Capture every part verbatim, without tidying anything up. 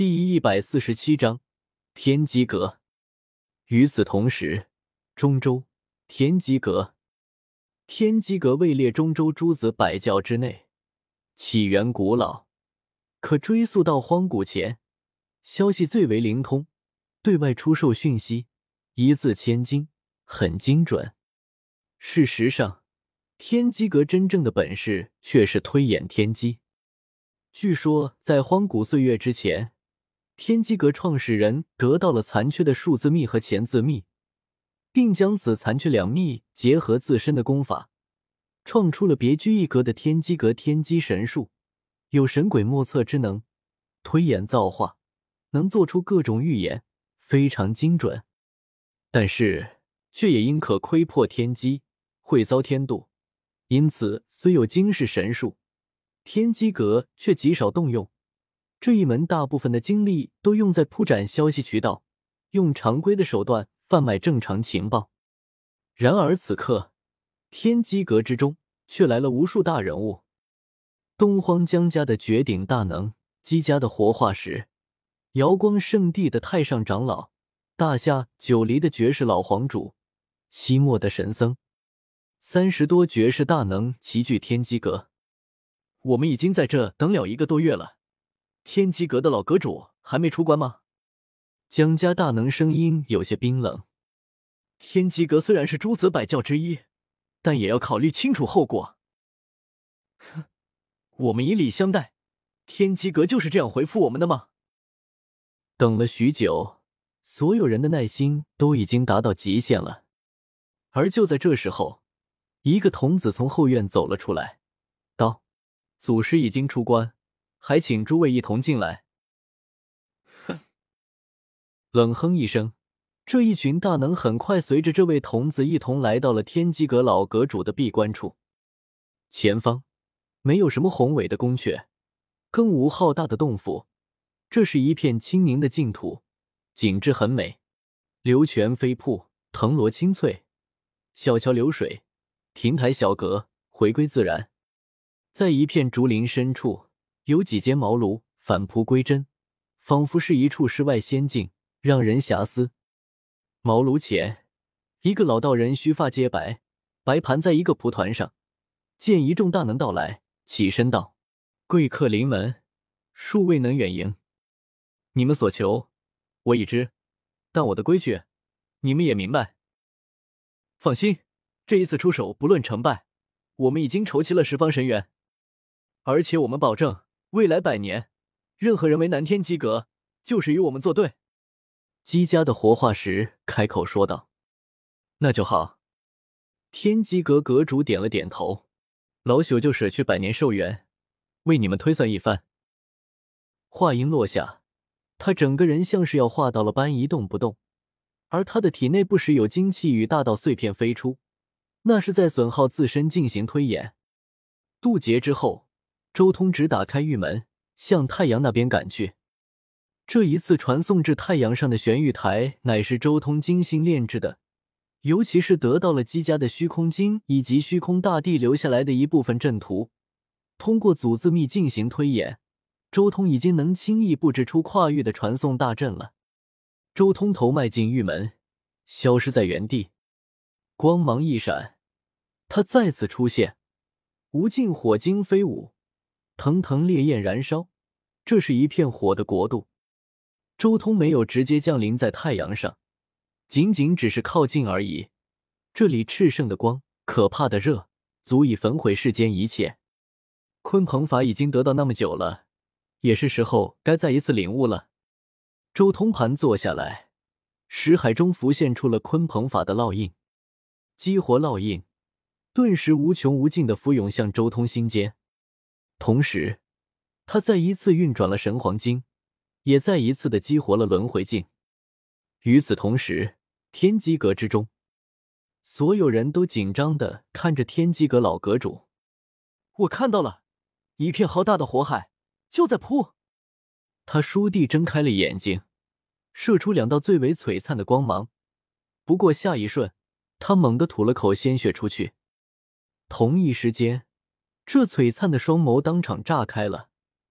第一百四十七章天机阁。与此同时，中州天机阁。天机阁位列中州诸子百教之内，起源古老，可追溯到荒古前，消息最为灵通，对外出售讯息一字千金，很精准。事实上，天机阁真正的本事却是推演天机。据说在荒古岁月之前，天机阁创始人得到了残缺的数字秘和钱字秘，并将此残缺两秘结合自身的功法，创出了别具一格的天机阁天机神术，有神鬼莫测之能，推演造化，能做出各种预言，非常精准。但是却也因可窥破天机，会遭天妒，因此虽有惊世神术，天机阁却极少动用。这一门大部分的精力都用在铺展消息渠道，用常规的手段贩卖正常情报。然而此刻，天机阁之中却来了无数大人物。东荒江家的绝顶大能，姬家的活化石，瑶光圣地的太上长老，大夏九黎的绝世老皇主，西漠的神僧，三十多绝世大能齐聚天机阁。我们已经在这等了一个多月了，天机阁的老阁主还没出关吗？江家大能声音有些冰冷。天机阁虽然是诸子百教之一，但也要考虑清楚后果。哼，我们以礼相待，天机阁就是这样回复我们的吗？等了许久，所有人的耐心都已经达到极限了。而就在这时候，一个童子从后院走了出来，道：祖师已经出关，还请诸位一同进来。哼！冷哼一声，这一群大能很快随着这位童子一同来到了天机阁老阁主的闭关处。前方没有什么宏伟的宫阙，更无浩大的洞府，这是一片清宁的净土，景致很美，流泉飞瀑，藤萝青翠，小桥流水，亭台小阁，回归自然。在一片竹林深处，有几间茅庐返璞归真，仿佛是一处世外仙境，让人遐思。茅庐前，一个老道人须发皆白，白盘在一个蒲团上，见一众大能到来，起身道：贵客临门，恕未能远迎。你们所求我已知，但我的规矩你们也明白。放心，这一次出手不论成败，我们已经筹齐了十方神元，而且我们保证未来百年，任何人为难天机阁，就是与我们作对。姬家的活化石开口说道。那就好。天机阁阁主点了点头，老朽就舍去百年寿元，为你们推算一番。话音落下，他整个人像是要化到了般一动不动，而他的体内不时有精气与大道碎片飞出，那是在损耗自身进行推演。渡劫之后，周通只打开玉门，向太阳那边赶去。这一次传送至太阳上的玄玉台乃是周通精心炼制的，尤其是得到了姬家的虚空经以及虚空大帝留下来的一部分阵图，通过祖字秘进行推演，周通已经能轻易布置出跨域的传送大阵了。周通头迈进玉门，消失在原地，光芒一闪，他再次出现，无尽火晶飞舞，腾腾烈焰燃烧，这是一片火的国度。周通没有直接降临在太阳上，仅仅只是靠近而已。这里炽盛的光，可怕的热，足以焚毁世间一切。鲲鹏法已经得到那么久了，也是时候该再一次领悟了。周通盘坐下来，识海中浮现出了鲲鹏法的烙印，激活烙印，顿时无穷无尽的浮涌向周通心间。同时，他再一次运转了神黄经，也再一次的激活了轮回镜。与此同时，天机阁之中，所有人都紧张地看着天机阁老阁主。我看到了，一片浩大的火海就在扑。他倏地睁开了眼睛，射出两道最为璀璨的光芒。不过下一瞬，他猛地吐了口鲜血出去。同一时间，这璀璨的双眸当场炸开了，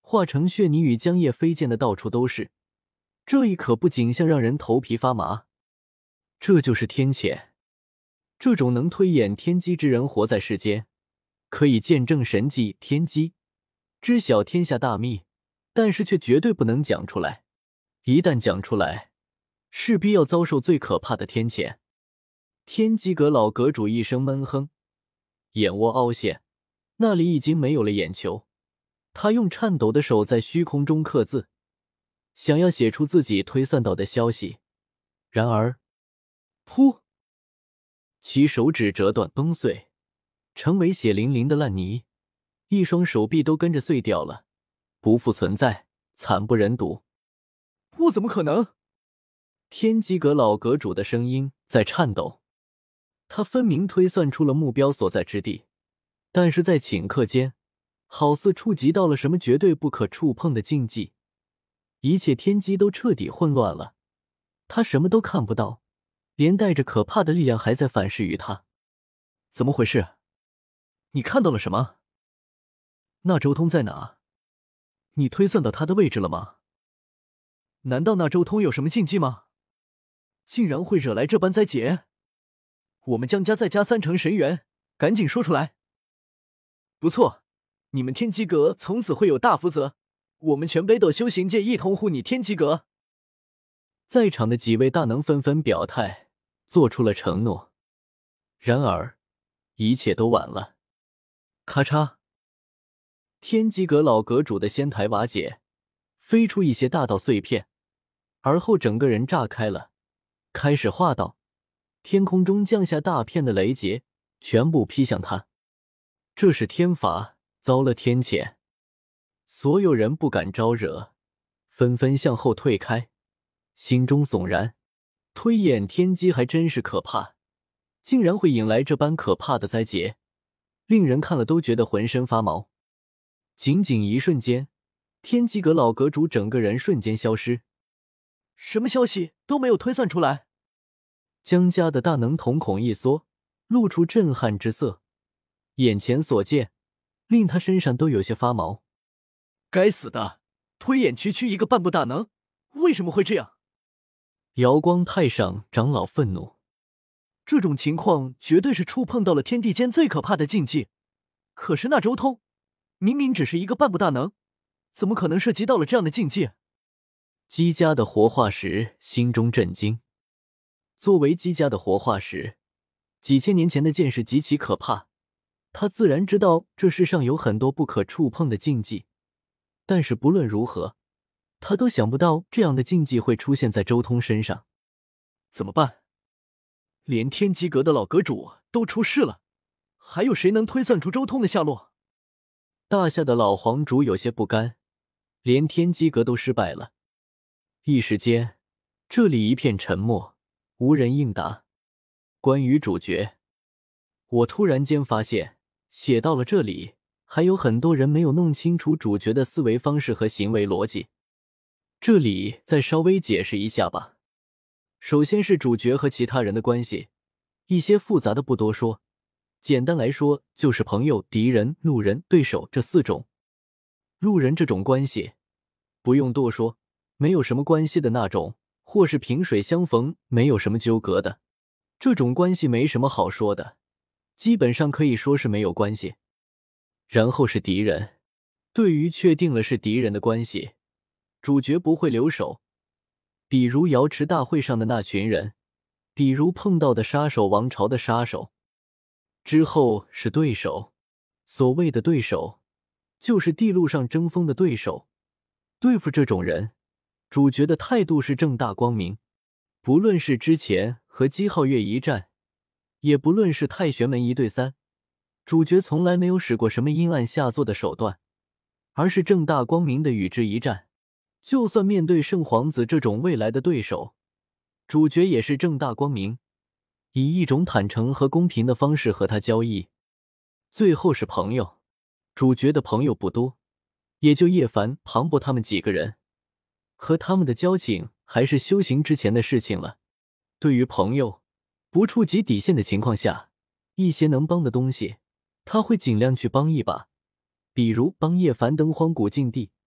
化成血泥与浆液飞溅的到处都是。这一可不仅像让人头皮发麻，这就是天谴。这种能推演天机之人活在世间，可以见证神迹天机，知晓天下大秘，但是却绝对不能讲出来。一旦讲出来，势必要遭受最可怕的天谴。天机阁老阁主一声闷哼，眼窝凹陷，那里已经没有了眼球。他用颤抖的手在虚空中刻字，想要写出自己推算到的消息。然而，噗！其手指折断崩碎，成为血淋淋的烂泥，一双手臂都跟着碎掉了，不复存在，惨不忍睹。 不怎么可能！ 天机阁老阁主的声音在颤抖，他分明推算出了目标所在之地，但是在顷刻间，好似触及到了什么绝对不可触碰的禁忌，一切天机都彻底混乱了，他什么都看不到，连带着可怕的力量还在反噬于他。怎么回事？你看到了什么？那周通在哪？你推算到他的位置了吗？难道那周通有什么禁忌吗？竟然会惹来这般灾劫！我们江家再加三成神元，赶紧说出来！不错，你们天机阁从此会有大福泽，我们全北斗修行界一同护你天机阁。在场的几位大能纷纷表态，做出了承诺。然而，一切都晚了。咔嚓！天机阁老阁主的仙台瓦解，飞出一些大道碎片，而后整个人炸开了，开始化道，天空中降下大片的雷劫，全部劈向他。这是天罚，遭了天谴。所有人不敢招惹，纷纷向后退开，心中悚然。推演天机还真是可怕，竟然会引来这般可怕的灾劫，令人看了都觉得浑身发毛。仅仅一瞬间，天机阁老阁主整个人瞬间消失，什么消息都没有推算出来。江家的大能瞳孔一缩，露出震撼之色，眼前所见令他身上都有些发毛。该死的，推演区区一个半步大能，为什么会这样？瑶光太上长老愤怒，这种情况绝对是触碰到了天地间最可怕的禁忌。可是那周通明明只是一个半步大能，怎么可能涉及到了这样的禁忌？姬家的活化石心中震惊。作为姬家的活化石，几千年前的剑势极其可怕，他自然知道这世上有很多不可触碰的禁忌，但是不论如何，他都想不到这样的禁忌会出现在周通身上。怎么办？连天机阁的老阁主都出事了，还有谁能推算出周通的下落？大夏的老皇主有些不甘，连天机阁都失败了。一时间，这里一片沉默，无人应答。关于主角，我突然间发现，写到了这里，还有很多人没有弄清楚主角的思维方式和行为逻辑。这里再稍微解释一下吧。首先是主角和其他人的关系，一些复杂的不多说，简单来说就是朋友、敌人、路人、对手这四种。路人这种关系，不用多说，没有什么关系的那种，或是萍水相逢，没有什么纠葛的。这种关系没什么好说的，基本上可以说是没有关系。然后是敌人，对于确定了是敌人的关系，主角不会留手，比如瑶池大会上的那群人，比如碰到的杀手王朝的杀手。之后是对手，所谓的对手，就是地路上争锋的对手。对付这种人，主角的态度是正大光明，不论是之前和姬皓月一战，也不论是太玄门一对三，主角从来没有使过什么阴暗下作的手段，而是正大光明的与之一战。就算面对圣皇子这种未来的对手，主角也是正大光明，以一种坦诚和公平的方式和他交易。最后是朋友，主角的朋友不多，也就叶凡、庞博他们几个人，和他们的交情还是修行之前的事情了。对于朋友，不触及底线的情况下，一些能帮的东西，他会尽量去帮一把，比如帮叶凡登荒古禁地，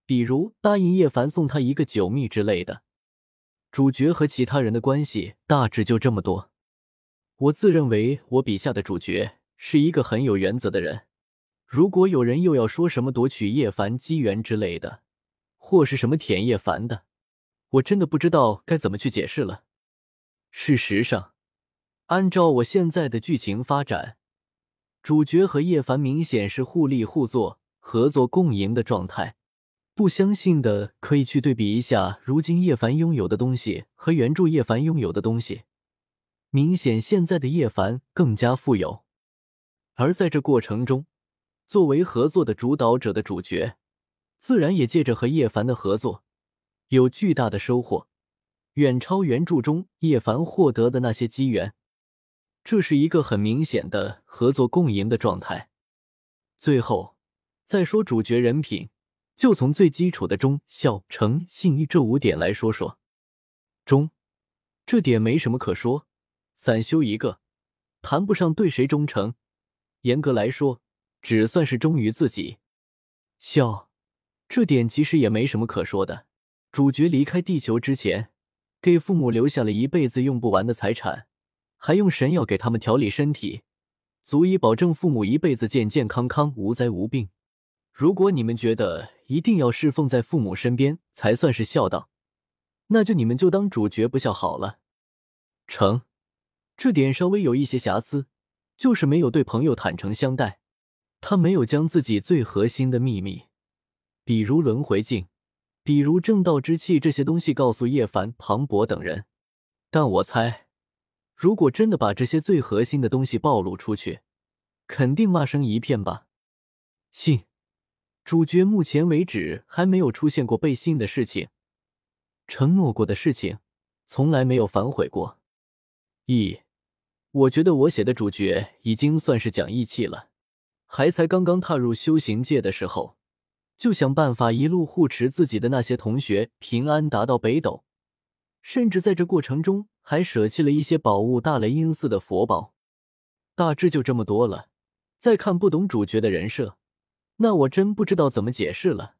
比如答应叶凡送他一个九秘之类的。主角和其他人的关系大致就这么多。我自认为我笔下的主角是一个很有原则的人，如果有人又要说什么夺取叶凡机缘之类的，或是什么舔叶凡的，我真的不知道该怎么去解释了。事实上，按照我现在的剧情发展，主角和叶凡明显是互利互作、合作共赢的状态。不相信的可以去对比一下如今叶凡拥有的东西和原著叶凡拥有的东西，明显现在的叶凡更加富有。而在这过程中，作为合作的主导者的主角，自然也借着和叶凡的合作，有巨大的收获，远超原著中叶凡获得的那些机缘。这是一个很明显的合作共赢的状态。最后，再说主角人品，就从最基础的忠、孝、诚、信、义这五点来说说。忠，这点没什么可说，散修一个，谈不上对谁忠诚，严格来说，只算是忠于自己。孝，这点其实也没什么可说的。主角离开地球之前，给父母留下了一辈子用不完的财产，还用神药给他们调理身体，足以保证父母一辈子健健康康、无灾无病。如果你们觉得一定要侍奉在父母身边才算是孝道，那就你们就当主角不孝好了。诚，这点稍微有一些瑕疵，就是没有对朋友坦诚相待。他没有将自己最核心的秘密，比如轮回镜，比如正道之气这些东西告诉叶凡、庞博等人。但我猜，如果真的把这些最核心的东西暴露出去，肯定骂声一片吧。信，主角目前为止还没有出现过背信的事情，承诺过的事情从来没有反悔过。义，我觉得我写的主角已经算是讲义气了，还才刚刚踏入修行界的时候，就想办法一路护持自己的那些同学平安达到北斗，甚至在这过程中还舍弃了一些宝物大雷音寺的佛宝。大致就这么多了，再看不懂主角的人设，那我真不知道怎么解释了。